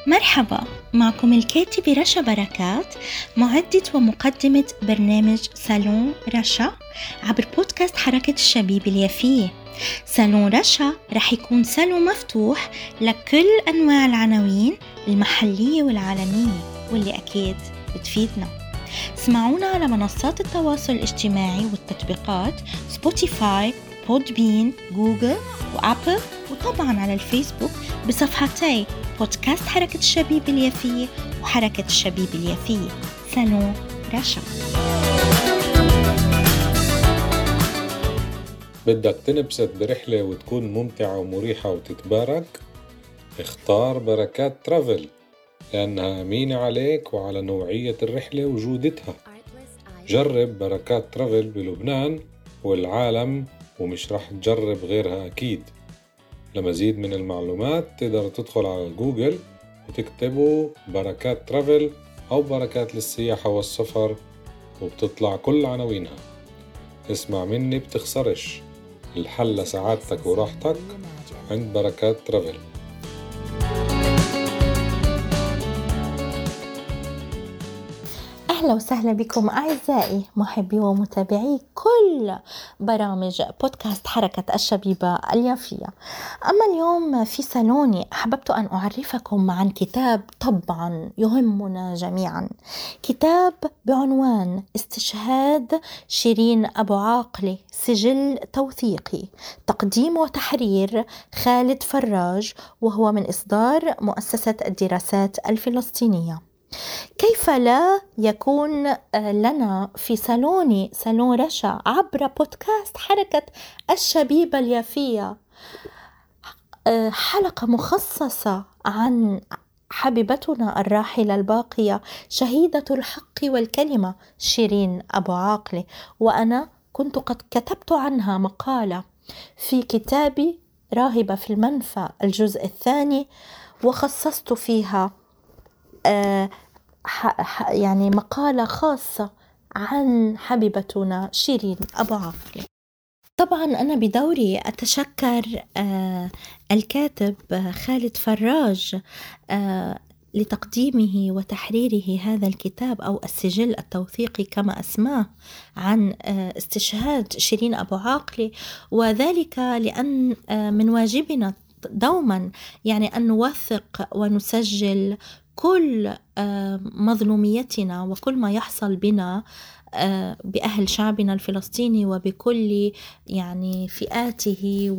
مرحبا، معكم الكاتبة رشا بركات، معدة ومقدمة برنامج صالون رشا عبر بودكاست حركة الشبيب اليافية. صالون رشا رح يكون صالون مفتوح لكل أنواع العناوين المحلية والعالمية واللي أكيد بتفيدنا. اسمعونا على منصات التواصل الاجتماعي والتطبيقات سبوتيفاي، بودبين، جوجل وأبل، وطبعا على الفيسبوك بصفحتي بودكاست حركة الشبيب اليافية وحركة الشبيب اليافية. صالون رشا. بدك تنبسط برحلة وتكون ممتعة ومريحة وتتبارك؟ اختار بركات ترافل، لأنها أمينة عليك وعلى نوعية الرحلة وجودتها. جرب بركات ترافل بلبنان والعالم، ومش رح تجرب غيرها أكيد. لمزيد من المعلومات تقدر تدخل على جوجل وتكتبوا بركات ترافل أو بركات للسياحة والسفر وبتطلع كل عناوينها. اسمع مني بتخسرش، الحل لسعادتك وراحتك عند بركات ترافل. أهلا وسهلا بكم أعزائي محبي ومتابعي كل برامج بودكاست حركة الشبيبة اليافية. أما اليوم في صالوني أحببت أن أعرفكم عن كتاب طبعا يهمنا جميعا، كتاب بعنوان استشهاد شيرين أبو عاقلة، سجل توثيقي، تقديم وتحرير خالد فراج، وهو من إصدار مؤسسة الدراسات الفلسطينية. كيف لا يكون لنا في صالون رشا عبر بودكاست حركة الشبيبة اليافية حلقة مخصصة عن حبيبتنا الراحلة الباقية شهيدة الحق والكلمة شيرين أبو عاقلة. وأنا كنت قد كتبت عنها مقالة في كتابي راهبة في المنفى الجزء الثاني، وخصصت فيها يعني مقالة خاصة عن حبيبتنا شيرين أبو عاقلة. طبعا أنا بدوري أتشكر الكاتب خالد فراج لتقديمه وتحريره هذا الكتاب أو السجل التوثيقي كما أسماه عن استشهاد شيرين أبو عاقلة، وذلك لأن من واجبنا دوما يعني أن نوثق ونسجل كل مظلوميتنا وكل ما يحصل بنا بأهل شعبنا الفلسطيني وبكل يعني فئاته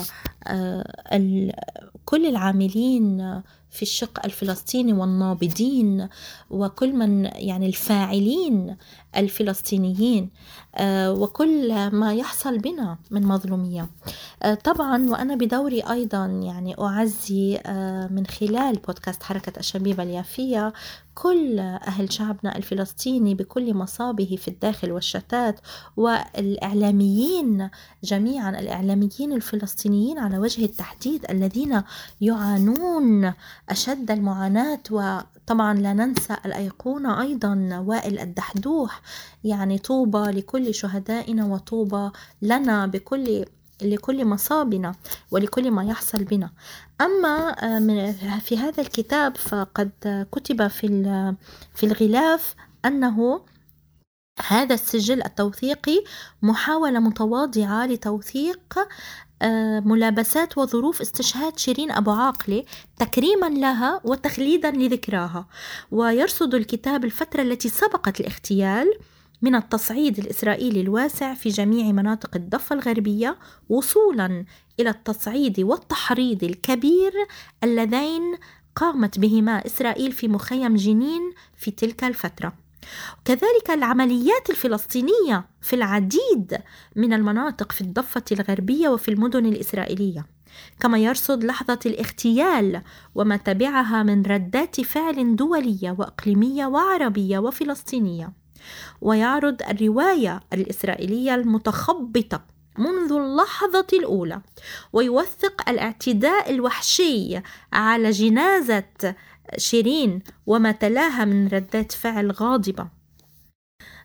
وكل العاملين في الشق الفلسطيني والنابضين وكل من يعني الفاعلين الفلسطينيين وكل ما يحصل بنا من مظلومية. طبعا وأنا بدوري أيضا يعني أعزي من خلال بودكاست حركة الشبيبة اليافية كل أهل شعبنا الفلسطيني بكل مصابه في الداخل والشتات، والإعلاميين جميعا، الإعلاميين الفلسطينيين على وجه التحديد الذين يعانون أشد المعاناة. وطبعا لا ننسى الأيقونة أيضا وائل الدحدوح، يعني طوبى لكل شهدائنا وطوبى لنا لكل مصابنا ولكل ما يحصل بنا. أما في هذا الكتاب فقد كتب في الغلاف أنه هذا السجل التوثيقي محاولة متواضعة لتوثيق ملابسات وظروف استشهاد شيرين أبو عاقلة تكريما لها وتخليدا لذكراها. ويرصد الكتاب الفترة التي سبقت الاغتيال من التصعيد الإسرائيلي الواسع في جميع مناطق الضفة الغربية وصولا إلى التصعيد والتحريض الكبير اللذين قامت بهما إسرائيل في مخيم جنين في تلك الفترة، وكذلك العمليات الفلسطينية في العديد من المناطق في الضفة الغربية وفي المدن الإسرائيلية، كما يرصد لحظة الاغتيال وما تبعها من ردات فعل دولية وإقليمية وعربية وفلسطينية، ويعرض الرواية الإسرائيلية المتخبطة منذ اللحظة الأولى، ويوثق الاعتداء الوحشي على جنازة شيرين وما تلاها من ردات فعل غاضبة.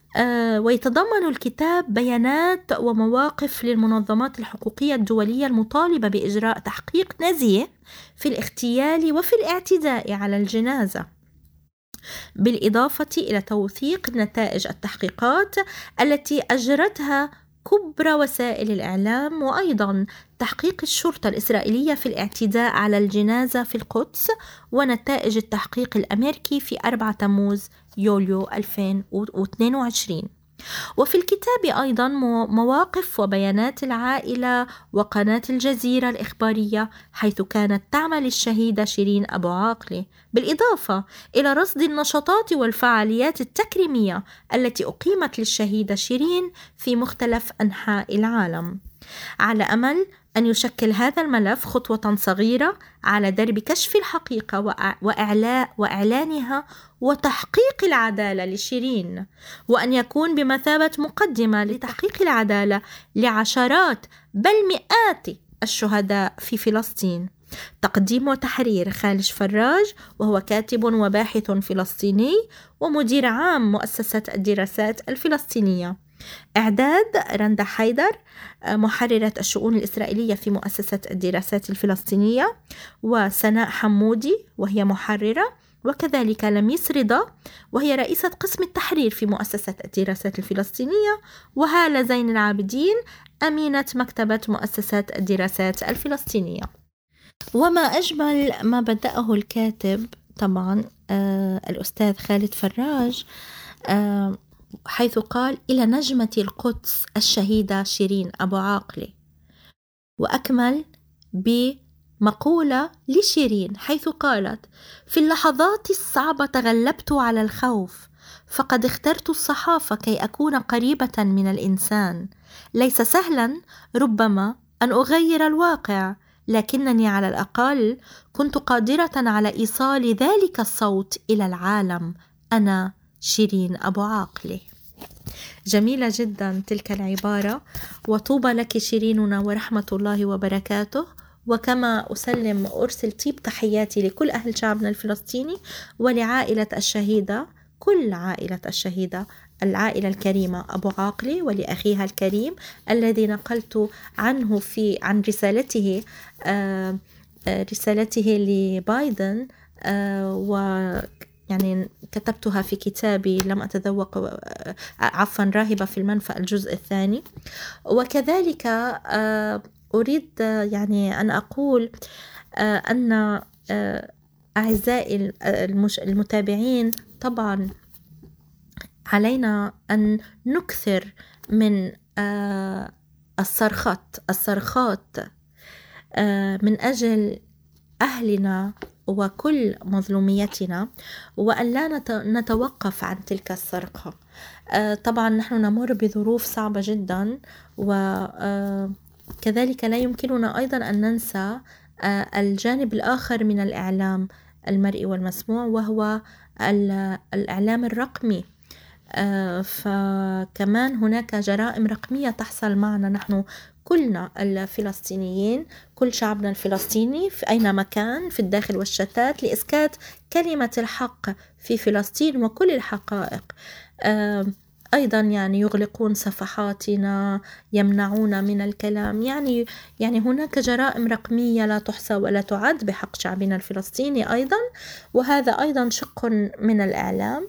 ويتضمن الكتاب بيانات ومواقف للمنظمات الحقوقية الدولية المطالبة بإجراء تحقيق نزيه في الاغتيال وفي الاعتداء على الجنازة، بالإضافة إلى توثيق نتائج التحقيقات التي أجرتها كبرى وسائل الإعلام، وأيضا تحقيق الشرطة الإسرائيلية في الاعتداء على الجنازة في القدس ونتائج التحقيق الأمريكي في 4 تموز يوليو 2022. وفي الكتاب أيضا مواقف وبيانات العائلة وقناة الجزيرة الإخبارية حيث كانت تعمل الشهيدة شيرين أبو عاقلة، بالإضافة إلى رصد النشاطات والفعاليات التكريمية التي أقيمت للشهيدة شيرين في مختلف أنحاء العالم، على أمل أن يشكل هذا الملف خطوة صغيرة على درب كشف الحقيقة وإعلانها وتحقيق العدالة لشيرين، وأن يكون بمثابة مقدمة لتحقيق العدالة لعشرات بل مئات الشهداء في فلسطين. تقديم وتحرير خالد فراج، وهو كاتب وباحث فلسطيني ومدير عام مؤسسة الدراسات الفلسطينية. إعداد رندا حيدر، محررة الشؤون الإسرائيلية في مؤسسة الدراسات الفلسطينية، وسناء حمودي وهي محررة، وكذلك لميس رضا وهي رئيسة قسم التحرير في مؤسسة الدراسات الفلسطينية، وهالة زين العابدين أمينة مكتبة مؤسسة الدراسات الفلسطينية. وما أجمل ما بدأه الكاتب طبعا الأستاذ خالد فراج حيث قال: إلى نجمة القدس الشهيدة شيرين أبو عاقلة، وأكمل بمقولة لشيرين حيث قالت: في اللحظات الصعبة تغلبت على الخوف، فقد اخترت الصحافة كي أكون قريبة من الإنسان. ليس سهلا ربما أن أغير الواقع، لكنني على الأقل كنت قادرة على إيصال ذلك الصوت إلى العالم. أنا شيرين أبو عاقلة. جميلة جدا تلك العبارة، وطوبى لك شيريننا ورحمة الله وبركاته. وكما أرسل طيب تحياتي لكل أهل شعبنا الفلسطيني ولعائلة الشهيدة، كل عائلة الشهيدة، العائلة الكريمة أبو عاقلة، ولأخيها الكريم الذي نقلت عنه عن رسالته لبايدن، يعني كتبتها في كتابي لم أتذوق راهبة في المنفى الجزء الثاني. وكذلك أريد يعني أن أقول أن أعزائي المتابعين، طبعا علينا أن نكثر من الصرخات من أجل أهلنا وكل مظلوميتنا، وأن لا نتوقف عن تلك الصرخة. طبعا نحن نمر بظروف صعبة جدا، وكذلك لا يمكننا أيضا أن ننسى الجانب الآخر من الإعلام المرئي والمسموع، وهو الإعلام الرقمي. فكمان هناك جرائم رقمية تحصل معنا نحن كلنا الفلسطينيين، كل شعبنا الفلسطيني في أي مكان في الداخل والشتات، لإسكات كلمة الحق في فلسطين وكل الحقائق. أيضا يعني يغلقون صفحاتنا، يمنعون من الكلام، يعني هناك جرائم رقمية لا تحصى ولا تعد بحق شعبنا الفلسطيني أيضا، وهذا أيضا شق من الإعلام.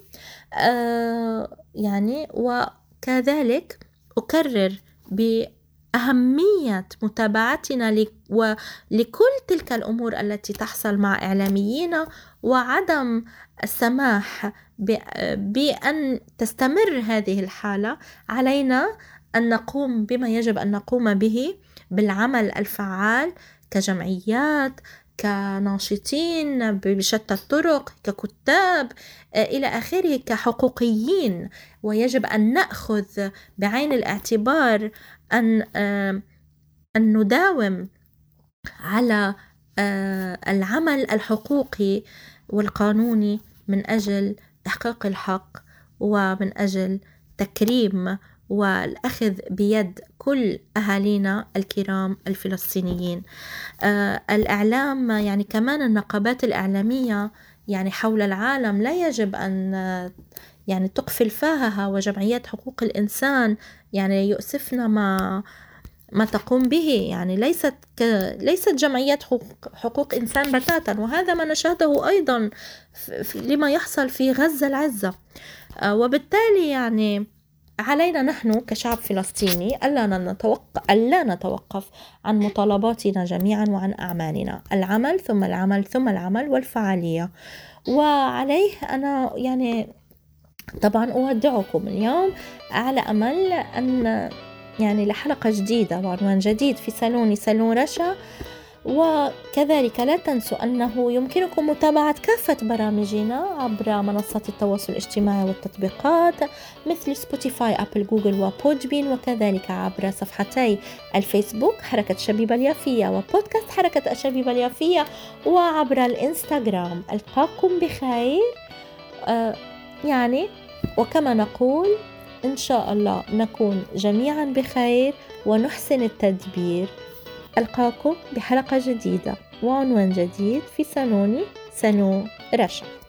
يعني وكذلك أكرر بأهمية متابعتنا لكل تلك الأمور التي تحصل مع إعلاميين، وعدم السماح بأن تستمر هذه الحالة. علينا أن نقوم بما يجب أن نقوم به بالعمل الفعال كجمعيات، كناشطين بشتى الطرق، ككتاب إلى آخره، كحقوقيين. ويجب أن نأخذ بعين الاعتبار أن نداوم على العمل الحقوقي والقانوني من أجل إحقاق الحق، ومن أجل تكريم والأخذ بيد كل أهالينا الكرام الفلسطينيين. الإعلام يعني كمان النقابات الإعلامية يعني حول العالم لا يجب أن يعني تقفل فاهها، وجمعيات حقوق الإنسان يعني يؤسفنا ما تقوم به. يعني ليست جمعيات حقوق إنسان بتاتا، وهذا ما نشاهده أيضا لما يحصل في غزة العزة. وبالتالي يعني علينا نحن كشعب فلسطيني ألا نتوقف عن مطالباتنا جميعا وعن أعمالنا، العمل ثم العمل ثم العمل والفعالية. وعليه أنا يعني طبعا أودعكم اليوم على أمل أن يعني لحلقة جديدة وعنوان جديد في سالون رشا. وكذلك لا تنسوا أنه يمكنكم متابعة كافة برامجنا عبر منصات التواصل الاجتماعي والتطبيقات مثل سبوتيفاي، أبل، جوجل وبودبين، وكذلك عبر صفحتي الفيسبوك حركة شبيبة اليافية وبودكاست حركة الشبيبة اليافية، وعبر الإنستغرام. ألقاكم بخير يعني، وكما نقول إن شاء الله نكون جميعا بخير ونحسن التدبير. ألقاكم بحلقة جديدة وعنوان جديد في سالون رشا.